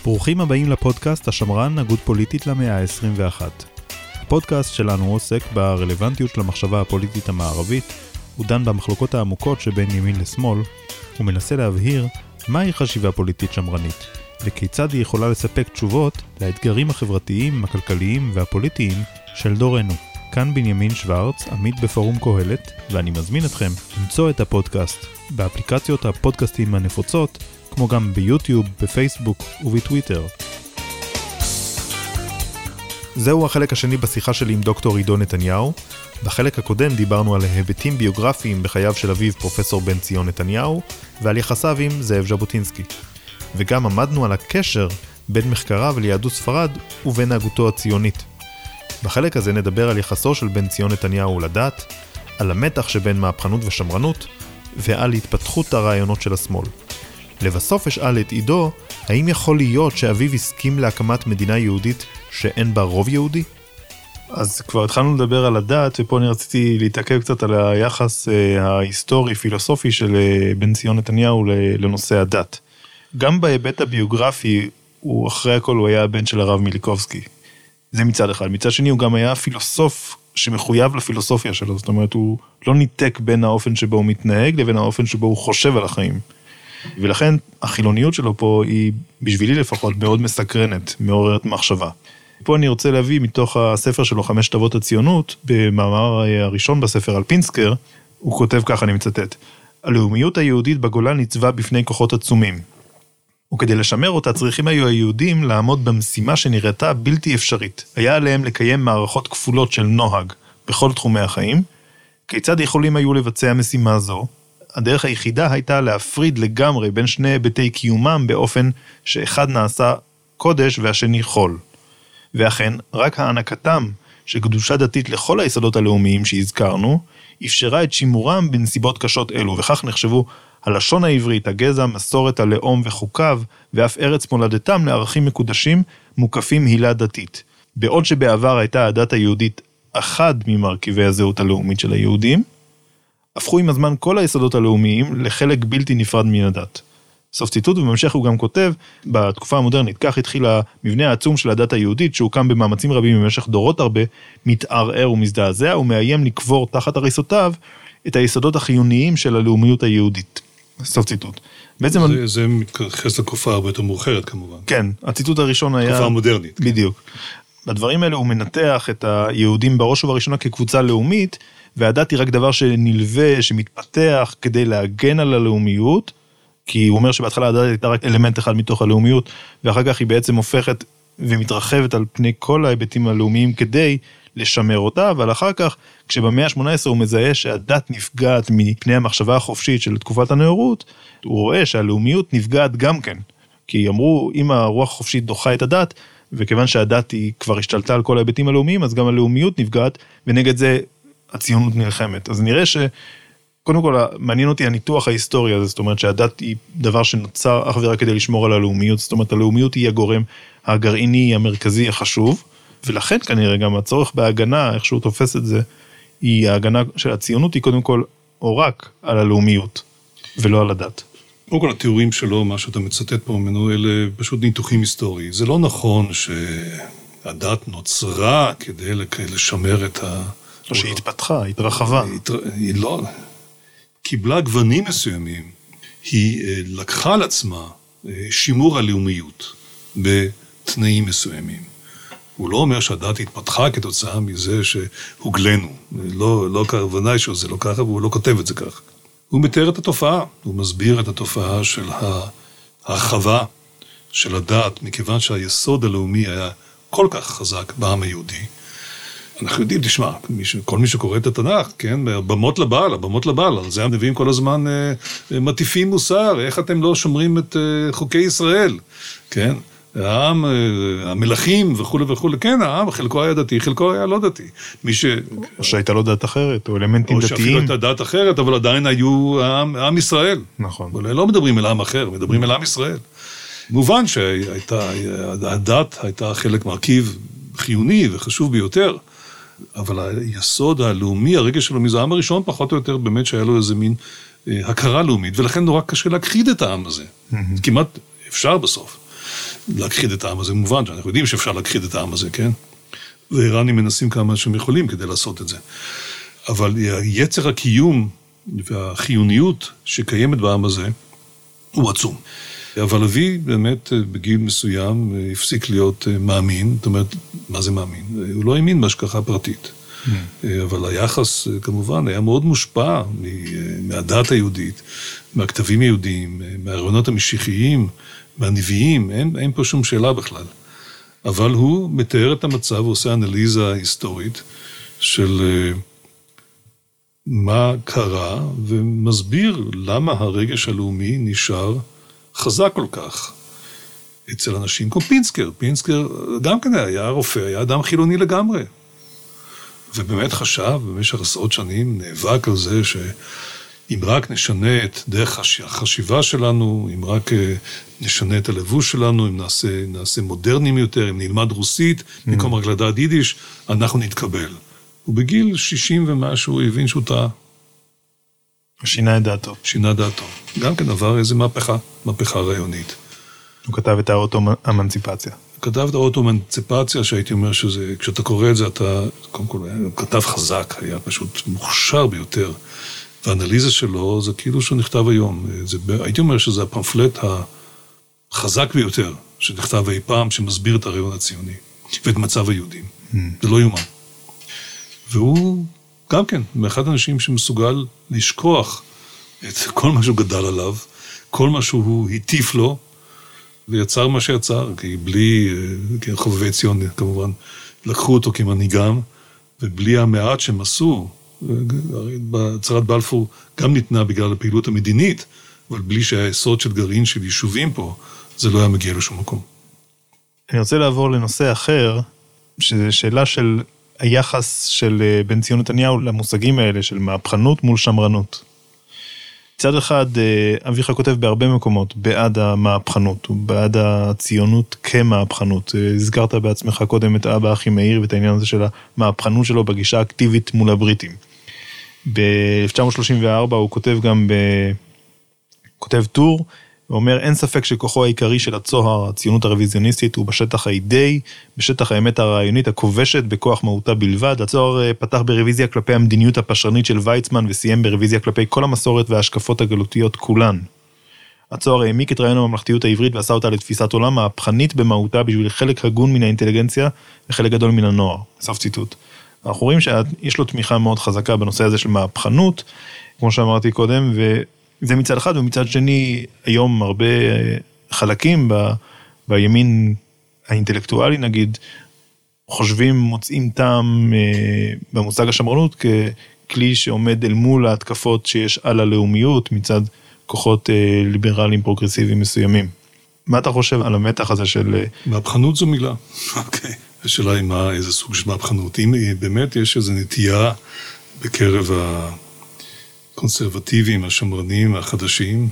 ברוכים הבאים לפודקאסט השמרן, הגות פוליטית למאה ה-21. הפודקאסט שלנו עוסק ברלוונטיות של המחשבה הפוליטית המערבית, הוא דן במחלוקות העמוקות שבין ימין לשמאל, ומנסה להבהיר מהי חשיבה פוליטית שמרנית, וכיצד היא יכולה לספק תשובות לאתגרים החברתיים, הכלכליים והפוליטיים של דורנו. כאן בנימין שוורץ, עמית בפורום קהלת, ואני מזמין אתכם למצוא את הפודקאסט באפליקציות הפודקאסטים הנפוצות, כמו גם ביוטיוב, בפייסבוק ובטוויטר. זהו החלק השני בשיחה שלי עם דוקטור עידו נתניהו. בחלק הקודם דיברנו על היבטים ביוגרפיים בחייו של אביו פרופסור בן ציון נתניהו, ועל יחסיו עם זאב ז'בוטינסקי. וגם עמדנו על הקשר בין מחקריו ליהדות ספרד ובין הגותו הציונית. בחלק הזה נדבר על יחסו של בן ציון נתניהו לדת, על המתח שבין מהפכנות ושמרנות, ועל התפתחות הרעיונות של השמאל. לבסוף אשאל את עידו, האם יכול להיות שאביו הסכים להקמת מדינה יהודית שאין בה רוב יהודי? אז כבר התחלנו לדבר על הדת, ופה אני רציתי להתעכב קצת על היחס ההיסטורי-פילוסופי של בן ציון נתניהו לנושא הדת. גם בהיבט הביוגרפי, הוא אחרי הכל הוא היה הבן של הרב מיליקובסקי. זה מצד אחד. מצד שני הוא גם היה פילוסוף שמחויב לפילוסופיה שלו, זאת אומרת הוא לא ניתק בין האופן שבו הוא מתנהג לבין האופן שבו הוא חושב על החיים. ולכן החילוניות שלו פה היא בשבילי לפחות מאוד מסקרנת, מעוררת מחשבה. פה אני רוצה להביא מתוך הספר שלו 5 תוות הציונות, במאמר הראשון בספר על פינסקר, הוא כותב כך, אני מצטט: הלאומיות היהודית בגולן ניצבה בפני כוחות עצומים. וכדי לשמר אותה צריכים היו היהודים לעמוד במשימה שנראתה בלתי אפשרית. היה עליהם לקיים מערכות כפולות של נוהג בכל תחומי החיים. כיצד יכולים היו לבצע משימה זו? הדרך היחידה הייתה להפריד לגמרי בין שני היבטי קיומם באופן שאחד נעשה קודש והשני חול. ואכן, רק הענקתם של קדושה דתית לכל היסודות הלאומיים שהזכרנו, אפשרה את שימורם בנסיבות קשות אלו, וכך נחשבו הלשון העברית, הגזע, מסורת הלאום וחוקיו, ואף ארץ מולדתם לערכים מקודשים, מוקפים הילה דתית. בעוד שבעבר הייתה הדת היהודית אחד ממרכיבי הזהות הלאומית של היהודים, הפכו עם הזמן כל היסודות הלאומיים לחלק בלתי נפרד מן הדת. סוף ציטוט, ובמשך הוא גם כותב, בתקופה המודרנית, כך התחיל המבנה העצום של הדת היהודית, שהוקם במאמצים רבים במשך דורות הרבה, מתערער ומזדעזע, ומאיים לקבור תחת הריסותיו את היסודות החיוניים של הלאומיות היהודית. סוף ציטוט. זה מתייחס לתקופה הרבה יותר מאוחרת כמובן. כן, הציטוט הראשון היה... תקופה מודרנית. בדיוק. בדברים האלה הוא מנתח את היהודים בראש ובראשונה כקבוצה לאומית, והדת היא רק דבר שנלווה, שמתפתח כדי להגן על הלאומיות, כי הוא אומר שבהתחלה הדת הייתה רק אלמנט אחד מתוך הלאומיות, ואחר כך היא בעצם הופכת ומתרחבת על פני כל ההיבטים הלאומיים כדי לשמר אותה, אבל אחר כך, כשבמאה ה-18 הוא מזהה שהדת נפגעת מפני המחשבה החופשית של תקופת הנאורות, הוא רואה שהלאומיות נפגעת גם כן. כי אמרו, אם הרוח החופשית דוחה את הדת, וכיוון שהדת היא כבר השתלטה על כל ההיבטים הלאומיים, אז גם הלאומיות נפגעת, ונגד זה הציונות נלחמת. אז נראה שקודם כל מעניין אותי הניתוח ההיסטורי הזה, זאת אומרת שהדת היא דבר שנוצר אך ורק כדי לשמור על הלאומיות, זאת אומרת הלאומיות היא הגורם הגרעיני המרכזי החשוב, ולכן כנראה גם הצורך בהגנה, איך שהוא תופס את זה, היא ההגנה של הציונות היא קודם כל או רק על הלאומיות, ולא על הדת. קודם כל התיאורים שלו, מה שאתה מצטט פה ממנו, אלה פשוט ניתוחים היסטוריים. זה לא נכון שהדת נוצרה כדי לשמר את או שהיא התפתחה, התרחבה. היא לא, קיבלה גוונים מסוימים, היא לקחה על עצמה שימור הלאומיות בתנאים מסוימים. הוא לא אומר שהדת התפתחה כתוצאה מזה שהוגלנו. לא כוונאי שזה לא ככה, והוא לא כותב את זה ככה. הוא מתאר את התופעה, הוא מסביר את התופעה של ההרחבה של הדת, מכיוון שהיסוד הלאומי היה כל כך חזק בעם היהודי. אנחנו יודעים, תשמע, כל מי שקורא את התנ"ך, כן, הבמות לבעל, על זה הנביאים כל הזמן מטיפים מוסר, איך אתם לא שומרים את חוקי ישראל, כן? העם, המלכים וכו' וכו', כן, העם, חלקו היה דתי, חלקו היה לא דתי. או שהייתה לו דת אחרת, או אלמנטים דתיים. או שאפילו הייתה דת אחרת, אבל עדיין היו עם ישראל. נכון. אולי לא מדברים אל עם אחר, מדברים אל עם ישראל. מובן שהדת הייתה חלק מרכיב חיוני וחשוב ביותר, אבל היסוד הלאומי, הרגש של הלאומי, זה העם הראשון פחות או יותר באמת שהיה לו איזה מין הכרה לאומית, ולכן נורא קשה להכחיד את העם הזה. כמעט אפשר בסוף. להכחיד את העם הזה, מובן שאנחנו יודעים שאפשר להכחיד את העם הזה, כן? ואיראנים מנסים כמה שהם יכולים כדי לעשות את זה. אבל יצר הקיום והחיוניות שקיימת בעם הזה הוא עצום. אבל אבי באמת בגיל מסוים הפסיק להיות מאמין, זאת אומרת, מה זה מאמין? הוא לא האמין בהשגחה פרטית. אבל היחס כמובן היה מאוד מושפע מהדת היהודית, מהכתבים היהודיים, מהרעיונות המשיחיים, מהנביאים, אין פה שום שאלה בכלל. אבל הוא מתאר את המצב, הוא עושה אנליזה היסטורית של מה קרה, ומסביר למה הרגש הלאומי נשאר חזק כל כך אצל אנשים כמו פינסקר. פינסקר גם כן היה רופא, היה אדם חילוני לגמרי. ובאמת חשב במשך עשרות שנים, נאבק על זה שאם רק נשנה את דרך החשיבה שלנו, אם רק נשנה את הלבוש שלנו, אם נעשה מודרניים יותר, אם נלמד רוסית, במקום רק לדעת יידיש, אנחנו נתקבל. ובגיל 60 ומשהו הוא הבין שהוא טעה. שינה את דעתו. שינה דעתו. גם כן עבר איזו מהפכה רעיונית. הוא כתב את האוטו-אמנציפציה. הוא כתב את האוטו-אמנציפציה, שהייתי אומר שזה, כשאתה קורא את זה, אתה, קודם כל, הוא כתב חזק, היה פשוט מוכשר ביותר. והאנליזה שלו, זה כאילו שהוא נכתב היום. הייתי אומר שזה הפמפלט החזק ביותר, שנכתב אי פעם, שמסביר את הרעיון הציוני, ואת מצב היהודים. זה לא יומן. והוא גם כן, מאחד האנשים שמסוגל לשכוח את כל מה שהוא גדל עליו, כל מה שהוא הטיף לו, ויצר מה שיצר, כי בלי, חובבי ציון כמובן, לקחו אותו כמנהיגם, ובלי המעט שהם עשו, בהצהרת בלפור גם ניתנה בגלל הפעילות המדינית, אבל בלי שהיסוד של גרעין של יישובים פה, זה לא היה מגיע לשום מקום. אני רוצה לעבור לנושא אחר, שזו שאלה של היחס של בן ציון נתניהו למושגים האלה של מהפכנות מול שמרנות. מצד אחד, אביך כותב בהרבה מקומות בעד המהפכנות, ובעד הציונות כמהפכנות. הזכרת בעצמך קודם את אבא אחי מאיר, ואת העניין הזה של המהפכנות שלו בגישה האקטיבית מול הבריטים. ב-1934 הוא כותב גם, כותב טור, ואומר, אין ספק שכוחו העיקרי של הצוהר, הציונות הרוויזיוניסטית, הוא בשטח האידאי, בשטח האמת הרעיונית הכובשת, בכוח מהותה בלבד. הצוהר פתח ברוויזיה כלפי המדיניות הפשרנית של ויצמן, וסיים ברוויזיה כלפי כל המסורת וההשקפות הגלותיות כולן. הצוהר העמיק את רעיון הממלכתיות העברית, ועשה אותה לתפיסת עולם מהפכנית במהותה, בשביל חלק הגון מן האינטליגנציה, וחלק גדול מן הנוער. סוף ציטוט. אנחנו רואים שיש לו תמיכה מאוד חזקה בנושא הזה של מהפכנות, כמו שאמרתי קודם, זה מצד אחד, ומצד שני, היום הרבה חלקים בימין האינטלקטואלי, נגיד, חושבים, מוצאים טעם במושג השמרנות, ככלי שעומד אל מול ההתקפות שיש על הלאומיות, מצד כוחות ליברליים פרוגרסיביים מסוימים. מה אתה חושב על המתח הזה של... מהפכנות זו מילה. אוקיי. השאלה היא מה, איזה סוג של מהפכנות. אם באמת יש איזו נטייה בקרב הקונסרבטיביים, השמרנים, החדשים,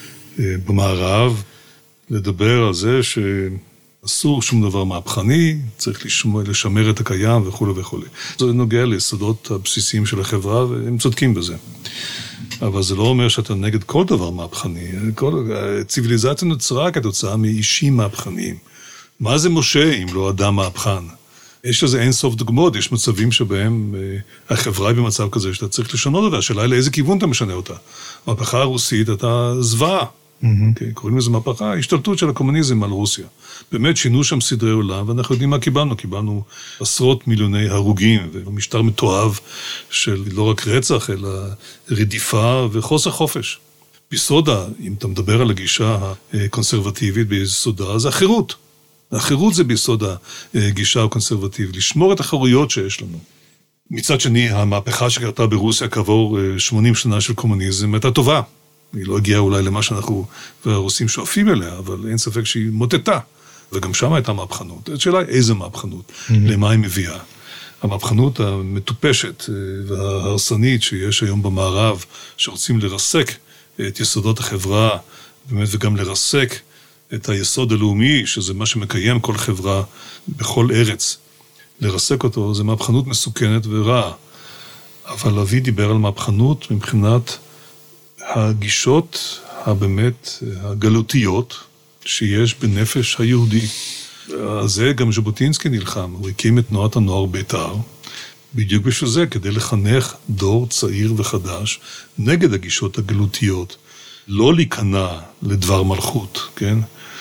במערב, לדבר על זה שאסור שום דבר מהפכני, צריך לשמר את הקיים וכו' וכו'. זה נוגע ליסודות הבסיסיים של החברה, והם צודקים בזה. אבל זה לא אומר שאתה נגד כל דבר מהפכני. ציוויליזציה נוצרה כתוצאה מאישים מהפכניים. מה זה משה אם לא אדם מהפכן? יש לזה אין סוף דוגמאות, יש מצבים שבהם החברה היא במצב כזה שאתה צריך לשנות אותה, השאלה היא לאיזה כיוון אתה משנה אותה. מהפכה הרוסית אתה זוועה, קוראים לזה מהפכה, השתלטות של הקומוניזם על רוסיה. באמת שינו שם סדרי עולם, ואנחנו יודעים מה קיבלנו, קיבלנו עשרות מיליוני הרוגים, ומשטר מתועב של לא רק רצח, אלא רדיפה וחוסר חופש. ביסודה, אם אתה מדבר על הגישה הקונסרבטיבית ביסודה, זה החירות. החירות זה ביסוד הגישה הקונסרבטיבית, לשמור את החירויות שיש לנו. מצד שני, המהפכה שקרתה ברוסיה כעבור 80 שנה של קומוניזם הייתה טובה. היא לא הגיעה אולי למה שאנחנו והרוסים שואפים אליה, אבל אין ספק שהיא מוטטה. וגם שם הייתה מהפכנות. השאלה היא איזה מהפכנות, למה היא מביאה. המהפכנות המטופשת וההרסנית שיש היום במערב, שרוצים לרסק את יסודות החברה, באמת וגם לרסק את היסוד הלאומי, שזה מה שמקיים כל חברה בכל ארץ, לרסק אותו, זה מהפכנות מסוכנת ורעה. אבל אבי דיבר על מהפכנות מבחינת הגישות הבאמת הגלותיות, שיש בנפש היהודי. זה גם ז'בוטינסקי נלחם, הוא הקים את תנועת הנוער בית"ר, בדיוק בשביל זה, כדי לחנך דור צעיר וחדש, נגד הגישות הגלותיות, לא להיכנע לדבר מלכות, כן?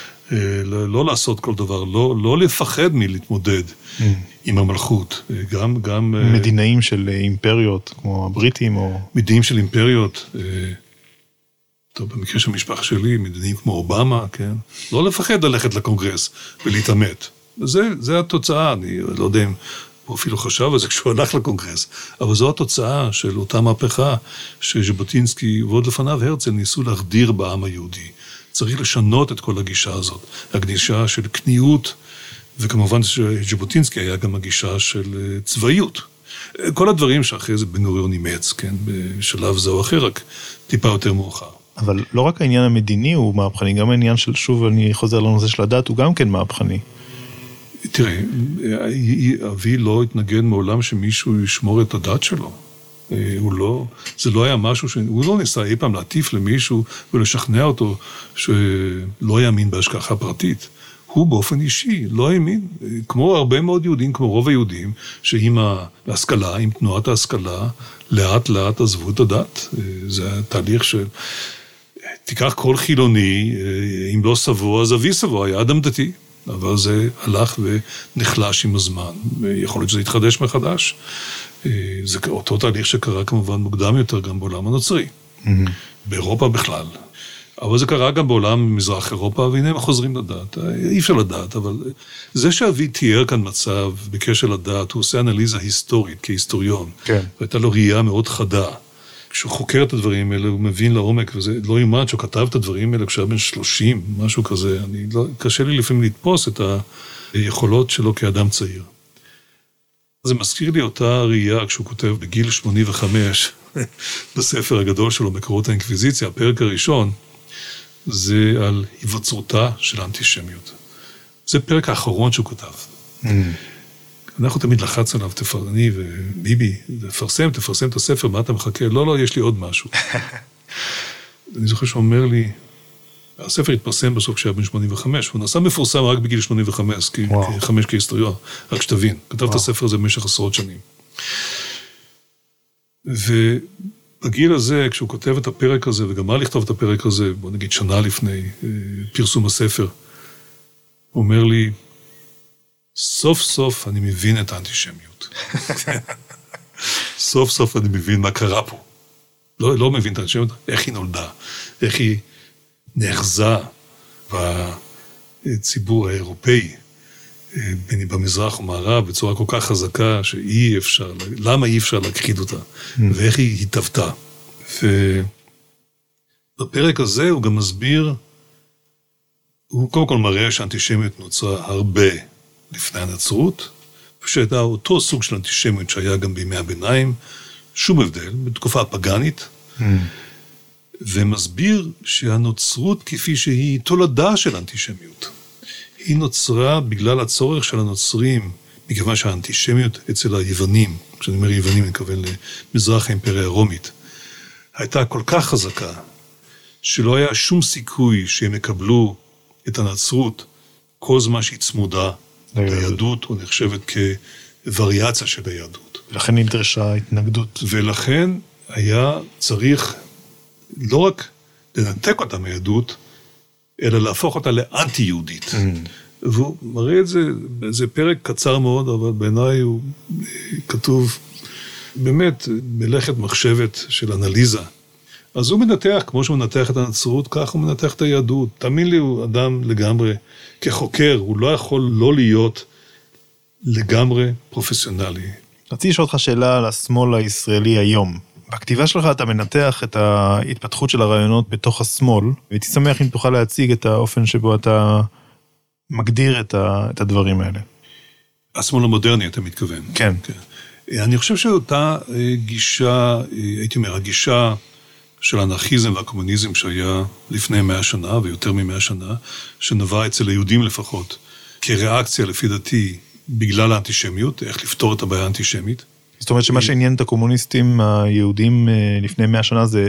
לא לעשות כל דבר, לא לפחד מלהתמודד עם המלכות, גם מדינאים של אימפריות, כמו הבריטים או... מדינאים של אימפריות, טוב, במקרה של המשפחה שלי, מדינאים כמו אובמה, כן? לא לפחד ללכת לקונגרס ולהתעמת. זה התוצאה, אני לא יודע אם הוא אפילו חשב על זה כשהוא הלך לקונגרס, אבל זו התוצאה של אותה מהפכה שז'בוטינסקי ועוד לפניו הרצל ניסו להחדיר בעם היהודי. צריך לשנות את כל הגישה הזאת, הגישה של קניות, וכמובן שז'בוטינסקי היה גם הגישה של צבאיות. כל הדברים שאחרי זה בן גוריון אימץ, כן, בשלב זה או אחר, רק טיפה יותר מאוחר. אבל לא רק העניין המדיני הוא מהפכני, גם העניין של, שוב אני חוזר לנושא של הדת, הוא גם כן מהפכני. תראה, אבי לא התנגד מעולם שמישהו ישמור את הדת שלו. זה לא היה משהו הוא לא ניסה אי פעם להטיף למישהו ולשכנע אותו שלא יאמין בהשגחה פרטית. הוא באופן אישי לא האמין, כמו הרבה מאוד יהודים, כמו רוב היהודים, שעם ההשכלה, עם תנועת ההשכלה, לאט לאט עזבו את הדת. זה תהליך של, תיקח כל חילוני, אם לא סבו, אז אבי סבו, היה אדם דתי. אבל זה הלך ונחלש עם הזמן, ויכול להיות שזה יתחדש מחדש. זה אותו תהליך שקרה כמובן מוקדם יותר גם בעולם הנוצרי, באירופה בכלל. אבל זה קרה גם בעולם מזרח אירופה, והנה הם חוזרים לדת. אי אפשר לדעת, אבל זה שאבי תיאר כאן מצב בקשר לדת, הוא עושה אנליזה היסטורית כהיסטוריון. כן. והייתה לו ראייה מאוד חדה. כשהוא חוקר את הדברים האלה, הוא מבין לעומק, וזה לא יאומן שהוא כתב את הדברים האלה כשהיה בן 30, משהו כזה. קשה לי לפעמים לתפוס את היכולות שלו כאדם צעיר. זה מזכיר לי אותה ראייה כשהוא כותב בגיל 85, בספר הגדול שלו, מקורות האינקוויזיציה, הפרק הראשון, זה על היווצרותה של האנטישמיות. זה פרק האחרון שהוא כתב. אנחנו תמיד לחץ עליו, אני וביבי, תפרסם את הספר, מה אתה מחכה? לא, יש לי עוד משהו. אני זוכר שהוא אומר לי, הספר התפרסם בסוף כשהיה בן 85, הוא נעשה מפורסם רק בגיל 85, כחמש כהיסטוריון, רק שתבין, כתב את הספר הזה במשך עשרות שנים. ובגיל הזה, כשהוא כותב את הפרק הזה, וגמר לכתוב את הפרק הזה, בוא נגיד שנה לפני פרסום הספר, הוא אומר לי, סוף סוף אני מבין את האנטישמיות. סוף סוף אני מבין מה קרה פה. לא מבין את האנטישמיות, איך היא נולדה, איך היא נאחזה בציבור האירופאי, במזרח ומערב, בצורה כל כך חזקה שאי אפשר, למה אי אפשר להכחיד אותה, ואיך היא התהוותה. ובפרק הזה הוא גם מסביר, הוא קודם כל מראה שהאנטישמיות נוצרה הרבה לפני הנצרות, ושהייתה אותו סוג של אנטישמיות שהיה גם בימי הביניים, שום הבדל, בתקופה הפגנית, ומסביר שהנוצרות כפי שהיא תולדה של אנטישמיות. היא נוצרה בגלל הצורך של הנוצרים, מכיוון שהאנטישמיות אצל היוונים, כשאני אומר יוונים אני מתכוון למזרח האימפריה הרומית, הייתה כל כך חזקה, שלא היה שום סיכוי שהם יקבלו את הנצרות, כל זמן שהיא צמודה ליהדות, או נחשבת כווריאציה של היהדות. ולכן נדרשה התנגדות. ולכן היה צריך לא רק לנתק אותה מיהדות, אלא להפוך אותה לאנטי-יהודית. והוא מראה את זה, זה פרק קצר מאוד, אבל בעיניי הוא כתוב באמת מלאכת מחשבת של אנליזה. אז הוא מנתח, כמו שהוא מנתח את הנצרות, כך הוא מנתח את היהדות. תאמין לי, הוא אדם לגמרי, כחוקר, הוא לא יכול לא להיות לגמרי פרופסיונלי. רציתי לשאול אותך שאלה על השמאל הישראלי היום. בכתיבה שלך אתה מנתח את ההתפתחות של הרעיונות בתוך השמאל, והייתי שמח אם תוכל להציג את האופן שבו אתה מגדיר את הדברים האלה. השמאל המודרני, אתה מתכוון. כן. אני חושב שאותה גישה, הייתי אומר, הגישה של האנרכיזם והקומוניזם שהיה לפני 100 שנה ויותר מ100 שנה, שנבע אצל היהודים לפחות, כריאקציה לפי דעתי, בגלל האנטישמיות, איך לפתור את הבעיה האנטישמית. זאת אומרת שמה שעניין את הקומוניסטים היהודים לפני 100 שנה זה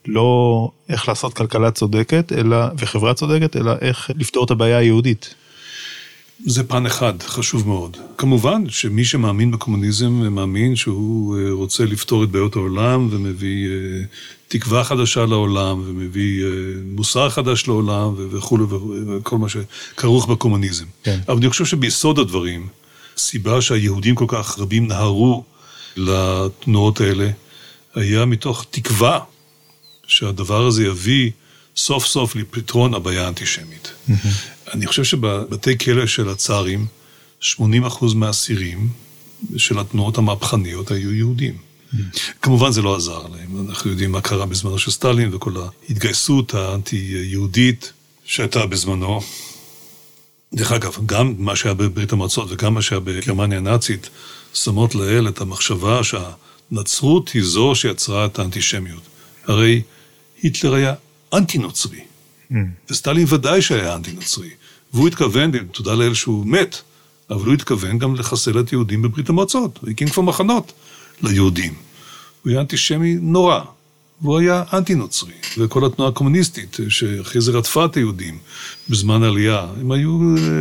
לא איך לעשות כלכלה צודקת וחברה צודקת, אלא איך לפתור את הבעיה היהודית. זה פן אחד, חשוב מאוד. כמובן שמי שמאמין בקומוניזם מאמין שהוא רוצה לפתור את בעיות העולם ומביא תקווה חדשה לעולם ומביא מוסר חדש לעולם וכו' וכל מה שכרוך בקומוניזם. כן. אבל אני חושב שביסוד הדברים, הסיבה שהיהודים כל כך רבים נהרו לתנועות האלה, היה מתוך תקווה שהדבר הזה יביא סוף סוף לפתרון הבעיה האנטישמית. אני חושב שבבתי כלא של הצארים, 80% מהאסירים של התנועות המהפכניות היו יהודים. כמובן זה לא עזר להם, אנחנו יודעים מה קרה בזמנו של סטלין, וכל ההתגייסות האנטי-יהודית שהייתה בזמנו. דרך אגב, גם מה שהיה בברית המועצות וגם מה שהיה בגרמניה הנאצית, שמות לאל את המחשבה שהנצרות היא זו שיצרה את האנטישמיות. הרי היטלר היה אנטי-נוצרי, וסטלין ודאי שהיה אנטי-נוצרי, והוא התכוון, תודה לאל שהוא מת, אבל הוא התכוון גם לחסל את יהודים בברית המועצות, הוא הקים כבר מחנות ליהודים. הוא היה אנטישמי נורא, והוא היה אנטי-נוצרי, וכל התנועה הקומוניסטית שאחרי זה רדפה את היהודים בזמן העלייה, הם היו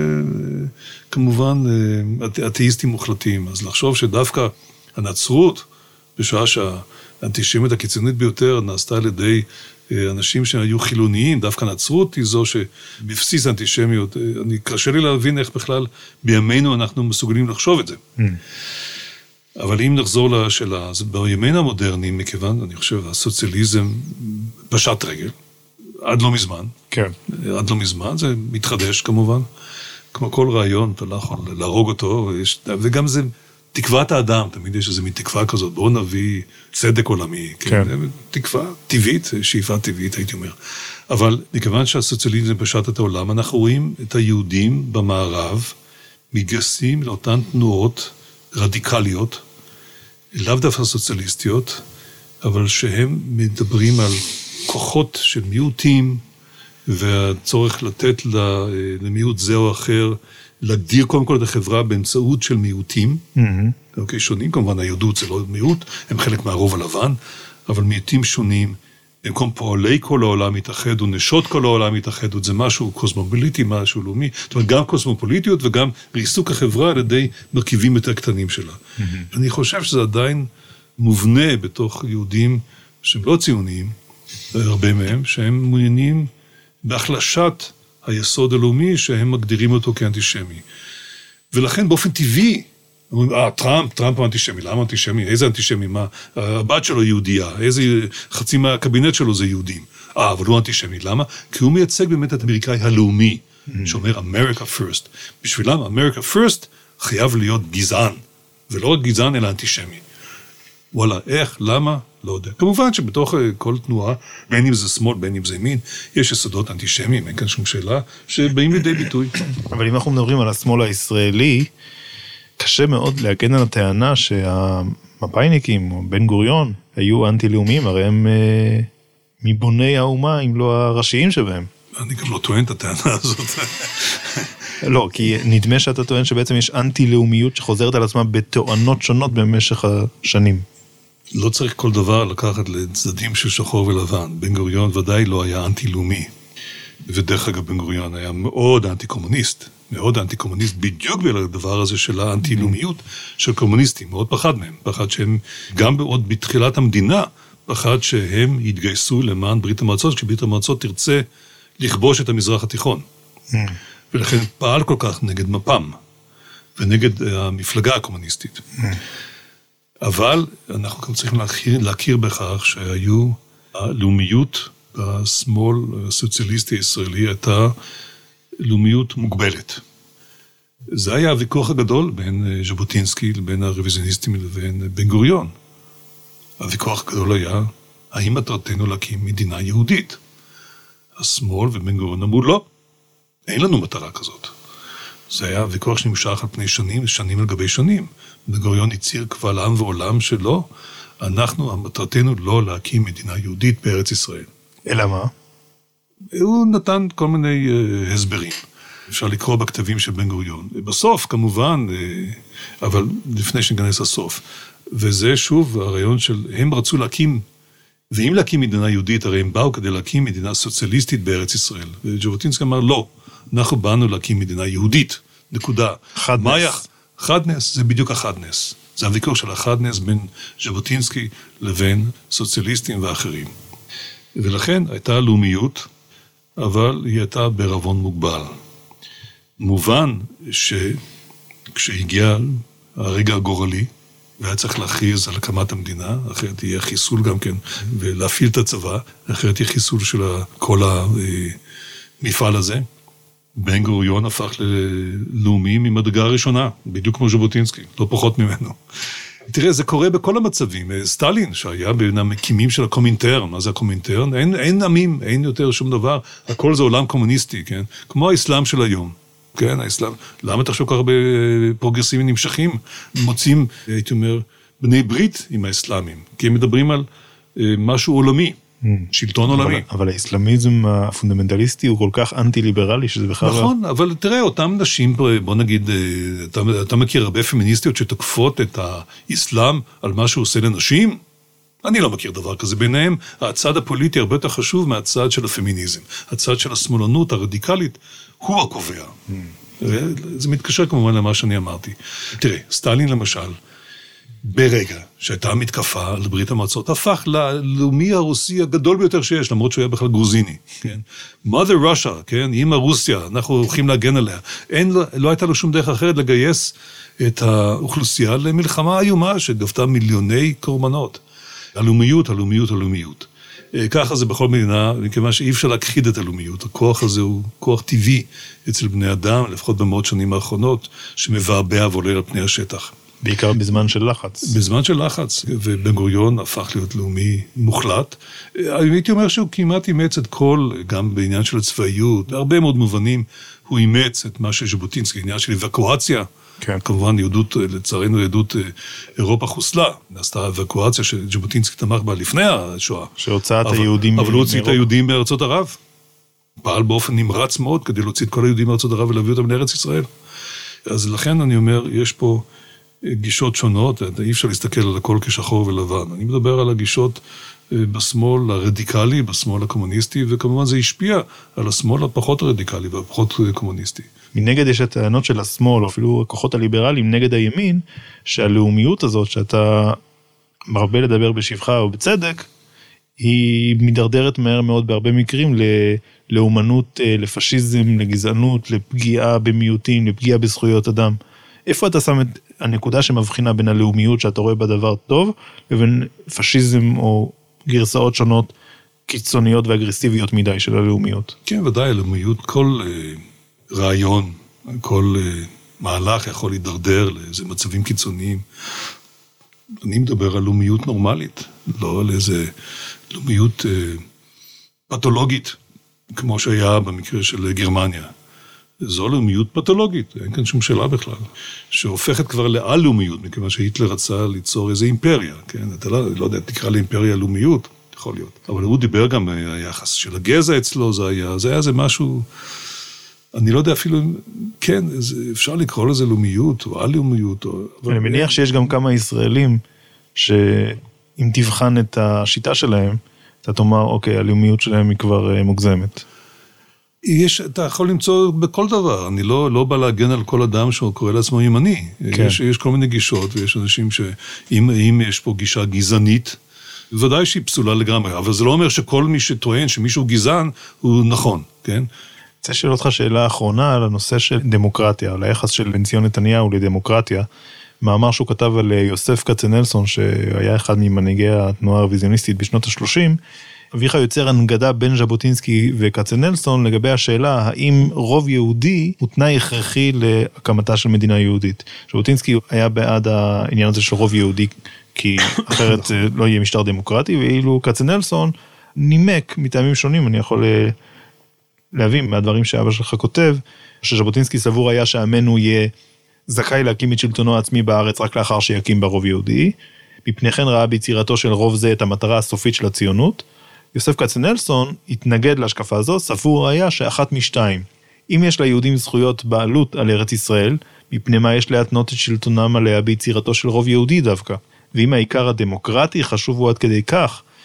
כמובן אתאיסטים מוחלטים, אז לחשוב שדווקא הנצרות, בשעה שהאנטישמיות הקיצונית ביותר נעשתה על ידי אנשים שהיו חילוניים, דווקא נצרות היא זו שבבסיס האנטישמיות, קשה לי להבין איך בכלל בימינו אנחנו מסוגלים לחשוב את זה. אבל אם נחזור לשאלה, אז בימינו המודרניים, מכיוון, אני חושב, הסוציאליזם פשט רגל, עד לא מזמן. כן. עד לא מזמן, זה מתחדש כמובן, כמו כל רעיון, אתה לא יכול להרוג אותו, וגם זה תקוות האדם, תמיד יש איזו מתקווה כזאת, בואו נביא צדק עולמי, כן. תקווה טבעית, שאיפה טבעית, הייתי אומר. אבל מכיוון שהסוציאליזם פשט את העולם, אנחנו רואים את היהודים במערב, מתגייסים לאותן תנועות רדיקליות, לאו דווקא סוציאליסטיות, אבל שהם מדברים על כוחות של מיעוטים, והצורך לתת למיעוט זה או אחר, להגדיר קודם כל את החברה באמצעות של מיעוטים, אוקיי, שונים, כמובן היהדות זה לא מיעוט, הם חלק מהרוב הלבן, אבל מיעוטים שונים, במקום פועלי כל העולם התאחדו, נשות כל העולם התאחדו, זה משהו קוסמופוליטי, משהו לאומי, זאת אומרת גם קוסמופוליטיות וגם ריסוק החברה על ידי מרכיבים יותר קטנים שלה. אני חושב שזה עדיין מובנה בתוך יהודים שהם לא ציוניים, הרבה מהם, שהם מעוניינים בהחלשת היסוד הלאומי שהם מגדירים אותו כאנטישמי. ולכן באופן טבעי, טראמפ אנטישמי, למה אנטישמי? איזה אנטישמי? מה? הבת שלו יהודייה, איזה חצי מהקבינט שלו זה יהודים. אבל הוא אנטישמי, למה? כי הוא מייצג באמת את האמריקאי הלאומי, שאומר America First. בשבילם, America First חייב להיות גזען, ולא רק גזען, אלא אנטישמי. וואלה, איך? למה? לא יודע. כמובן שבתוך כל תנועה, בין אם זה שמאל, בין אם זה ימין, יש יסודות אנטישמיים, אין כאן שום שאלה, שבאים לידי ביטוי. אבל אם אנחנו מדברים על השמאל הישראלי, קשה מאוד להגן על הטענה שהמפאיניקים או בן גוריון היו אנטי-לאומיים, הרי הם מבוני האומה, אם לא הראשיים שבהם. אני גם לא טוען את הטענה הזאת. לא, כי נדמה שאתה טוען שבעצם יש אנטי-לאומיות שחוזרת על עצמה בתואנות שונות במשך השנים. לא צריך כל דבר לקחת לצדדים של שחור ולבן. בן גוריון ודאי לא היה אנטי-לאומי. ודרך אגב בן גוריון היה מאוד אנטי-קומוניסט. מאוד אנטי-קומוניסט בדיוק בגלל הדבר הזה של האנטי-לאומיות של קומוניסטים. מאוד פחד מהם. פחד שהם גם עוד בתחילת המדינה, פחד שהם יתגייסו למען ברית המועצות, כשברית המועצות תרצה לכבוש את המזרח התיכון. ולכן פעל כל כך נגד מפ"ם, ונגד המפלגה הקומוניסטית. אבל אנחנו גם צריכים להכיר בכך שהיו הלאומיות בשמאל הסוציאליסטי הישראלי, הייתה לאומיות מוגבלת. זה היה הוויכוח הגדול בין ז'בוטינסקי לבין הרוויזיוניסטים לבין בן גוריון. הוויכוח הגדול היה, האם מטרתנו להקים מדינה יהודית? השמאל ובן גוריון אמרו לא. אין לנו מטרה כזאת. זה היה ויכוח שנמשך על פני שנים, שנים על גבי שנים. בן גוריון הצהיר קבל עם ועולם שלא, מטרתנו לא להקים מדינה יהודית בארץ ישראל. אלא מה? הוא נתן כל מיני הסברים. אפשר לקרוא בכתבים של בן גוריון. בסוף, כמובן, אבל לפני שניכנס לסוף. וזה שוב הרעיון של, הם רצו להקים ואם להקים מדינה יהודית, הרי הם באו כדי להקים מדינה סוציאליסטית בארץ ישראל. וז'בוטינסקי אמר, לא, אנחנו באנו להקים מדינה יהודית, נקודה. חד-נס. חד-נס, זה בדיוק החד-נס. זה הוויכוח של החד-נס בין ז'בוטינסקי לבין סוציאליסטים ואחרים. ולכן הייתה לאומיות, אבל היא הייתה בערבון מוגבל. מובן שכשהגיע הרגע הגורלי, והיה צריך להכריז על הקמת המדינה, אחרת יהיה חיסול גם כן, ולהפעיל את הצבא, אחרת יהיה חיסול של כל המפעל הזה. בן גוריון הפך ללאומי ממדרגה הראשונה, בדיוק כמו ז'בוטינסקי, לא פחות ממנו. תראה, זה קורה בכל המצבים. סטלין, שהיה בין המקימים של הקומינטרן, מה זה הקומינטרן? אין עמים, אין יותר שום דבר, הכל זה עולם קומוניסטי, כן? כמו האסלאם של היום. כן, האסלאם. למה תחשוב כך הרבה פרוגרסיבים נמשכים? מוצאים, הייתי אומר, בני ברית עם האסלאמים, כי הם מדברים על משהו עולמי, שלטון עולמי. אבל האסלאמיזם הפונדמנטליסטי הוא כל כך אנטי-ליברלי, שזה בכלל... נכון, אבל תראה, אותם נשים, בוא נגיד, אתה מכיר הרבה פמיניסטיות שתוקפות את האסלאם על מה שהוא עושה לנשים? אני לא מכיר דבר כזה. ביניהם, הצד הפוליטי הרבה יותר חשוב מהצד של הפמיניזם. הצד של השמאלנות הרדיקלית הוא הקובע. זה מתקשר כמובן למה שאני אמרתי. תראה, סטלין למשל, ברגע שהייתה מתקפה על ברית המועצות, הפך ללאומי הרוסי הגדול ביותר שיש, למרות שהוא היה בכלל גרוזיני. כן? Mother Russia, כן? אמא רוסיה, אנחנו הולכים להגן עליה. לא הייתה לו שום דרך אחרת לגייס את האוכלוסייה למלחמה איומה שגבתה מיליוני קורבנות. הלאומיות, הלאומיות, הלאומיות. ככה זה בכל מדינה, מכיוון שאי אפשר להכחיד את הלאומיות. הכוח הזה הוא כוח טבעי אצל בני אדם, לפחות במאות שנים האחרונות, שמבעבע ועולה על פני השטח. בעיקר בזמן של לחץ. בזמן של לחץ, ובן גוריון הפך להיות לאומי מוחלט. הייתי אומר שהוא כמעט אימץ את כל, גם בעניין של הצבאיות, בהרבה מאוד מובנים, הוא אימץ את מה שז'בוטינסקי, עניין של אבקואציה, כן. כמובן יהדות, לצערנו יהדות אירופה חוסלה, נעשתה אבקואציה שז'בוטינסקי תמך בה לפני השואה. שהוצאת היהודים אבל הוא הוציא את היהודים בארצות ערב. פעל באופן נמרץ מאוד כדי להוציא את כל היהודים בארצות ערב ולהביא אותם לארץ ישראל. אז לכן אני אומר, יש פה גישות שונות, אי אפשר להסתכל על הכל כשחור ולבן. אני מדבר על הגישות בשמאל הרדיקלי, בשמאל הקומוניסטי, וכמובן זה השפיע על השמאל הפחות רדיקלי והפחות קומוניסטי. מנגד יש הטענות של השמאל, או אפילו הכוחות הליברליים נגד הימין, שהלאומיות הזאת שאתה מרבה לדבר בשבחה או בצדק, היא מדרדרת מהר מאוד בהרבה מקרים לאומנות, לפשיזם, לגזענות, לפגיעה במיעוטים, לפגיעה בזכויות אדם. איפה אתה שם את הנקודה שמבחינה בין הלאומיות שאתה רואה בדבר טוב, לבין פשיזם או גרסאות שונות קיצוניות ואגרסיביות מדי של הלאומיות? כן, ודאי, הלאומיות, כל רעיון, כל מהלך יכול להידרדר לאיזה מצבים קיצוניים. אני מדבר על לאומיות נורמלית, לא על איזה לאומיות פתולוגית, כמו שהיה במקרה של גרמניה. זו לאומיות פתולוגית, אין כאן שום שאלה בכלל, שהופכת כבר לעל-לאומיות, מכיוון שהיטלר רצה ליצור איזו אימפריה, כן? אתה לא יודע, תקרא לאימפריה לאומיות, יכול להיות. אבל הוא דיבר גם היחס של הגזע אצלו, זה היה איזה משהו, אני לא יודע אפילו, כן, אפשר לקרוא לזה לאומיות, או על-לאומיות. אני מניח שיש גם כמה ישראלים, שאם תבחן את השיטה שלהם, אתה תאמר, אוקיי, הלאומיות שלהם היא כבר מוגזמת. אתה יכול למצוא בכל דבר, אני לא בא להגן על כל אדם שהוא קורא לעצמו ימני, כן. יש כל מיני גישות, ויש אנשים שאם יש פה גישה גזענית, ודאי שהיא פסולה לגמרי, אבל זה לא אומר שכל מי שטוען שמישהו גזען, הוא נכון, כן? רוצה לשאול אותך שאלה אחרונה על הנושא של דמוקרטיה, על היחס של בן ציון נתניהו לדמוקרטיה, מאמר שהוא כתב על יוסף כצנלסון, שהיה אחד ממנהיגי התנועה הרוויזיוניסטית בשנות ה-30, אביך יוצר הנגדה בין ז'בוטינסקי וכצנלסון לגבי השאלה האם רוב יהודי הוא תנאי הכרחי להקמתה של מדינה יהודית. ז'בוטינסקי היה בעד העניין הזה של רוב יהודי, כי אחרת לא יהיה משטר דמוקרטי, ואילו כצנלסון נימק מטעמים שונים, אני יכול להבין מהדברים שאבא שלך כותב, שז'בוטינסקי סבור היה שעמנו יהיה זכאי להקים את שלטונו העצמי בארץ רק לאחר שיקים ברוב יהודי, מפני כן ראה ביצירתו של רוב זה את המטרה הסופית של הציונות. יוסף כצנלסון התנגד להשקפה הזו, סבור היה שאחת משתיים. אם יש ליהודים זכויות בעלות על ארץ ישראל, מפני מה יש להתנות את שלטונם עליה ביצירתו של רוב יהודי דווקא. ואם העיקר הדמוקרטי חשוב הוא עד כדי כך,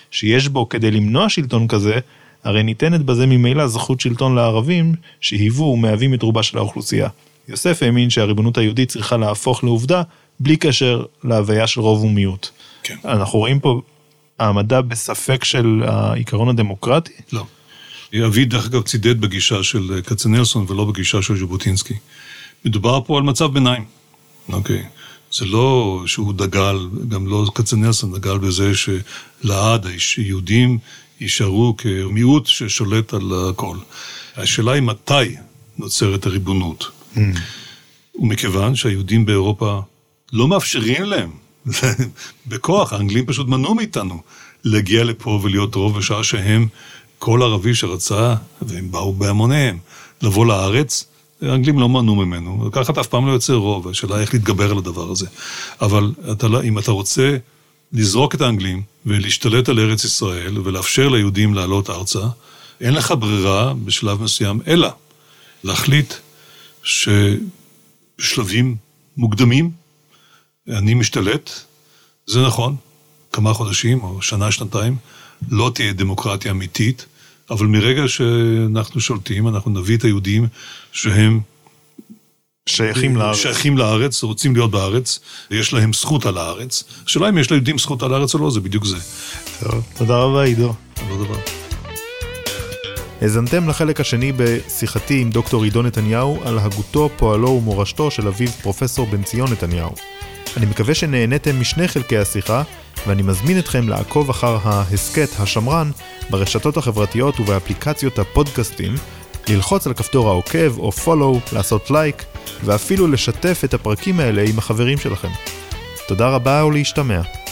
שיש בו כדי למנוע שלטון כזה, הרי ניתנת בזה ממילא זכות שלטון לערבים שהיוו ומהווים את רובה של האוכלוסייה. יוסף האמין שהריבונות היהודית צריכה להפוך לעובדה בלי קשר להוויה של רוב ומיעוט. כן. אנחנו רואים פה העמדה בספק של העיקרון הדמוקרטי? לא. אבי דרך אגב צידד בגישה של כצנלסון ולא בגישה של ז'בוטינסקי. מדובר פה על מצב ביניים. אוקיי. זה לא שהוא דגל, גם לא כצנלסון דגל בזה שלעד היהודים יישארו כמיעוט ששולט על הכל. השאלה היא מתי נוצרת הריבונות. ומכיוון שהיהודים באירופה לא מאפשרים להם, בכוח, האנגלים פשוט מנעו מאיתנו להגיע לפה ולהיות רוב בשעה שהם, כל ערבי שרצה, והם באו בהמוניהם, לבוא לארץ, האנגלים לא מנעו ממנו, ככה אתה אף פעם לא יוצא רוב, השאלה איך להתגבר על הדבר הזה. אבל אם אתה רוצה לזרוק את האנגלים ולהשתלט על ארץ ישראל ולאפשר ליהודים לעלות ארצה, אין לך ברירה בשלב מסוים, אלא להחליט שבשלבים מוקדמים אני משתלט, זה נכון, כמה חודשים או שנה, שנתיים, לא תהיה דמוקרטיה אמיתית, אבל מרגע שאנחנו שולטים, אנחנו נביא את היהודים שהם שייכים לארץ, רוצים להיות בארץ, ויש להם זכות על הארץ. השאלה אם יש ליהודים זכות על הארץ או לא, זה בדיוק זה. טוב, תודה רבה עידו. לא דבר. הזנתם לחלק השני בשיחתי עם דוקטור עידו נתניהו על הגותו, פועלו ומורשתו של אביו פרופסור בן ציון נתניהו. אני מקווה שנהניתם משני חלקי השיחה, ואני מזמין אתכם לעקוב אחר ההסקט השמרן ברשתות החברתיות ובאפליקציות הפודקאסטים, ללחוץ על כפתור העוקב או follow, לעשות לייק, ואפילו לשתף את הפרקים האלה עם החברים שלכם. תודה רבה ולהשתמע.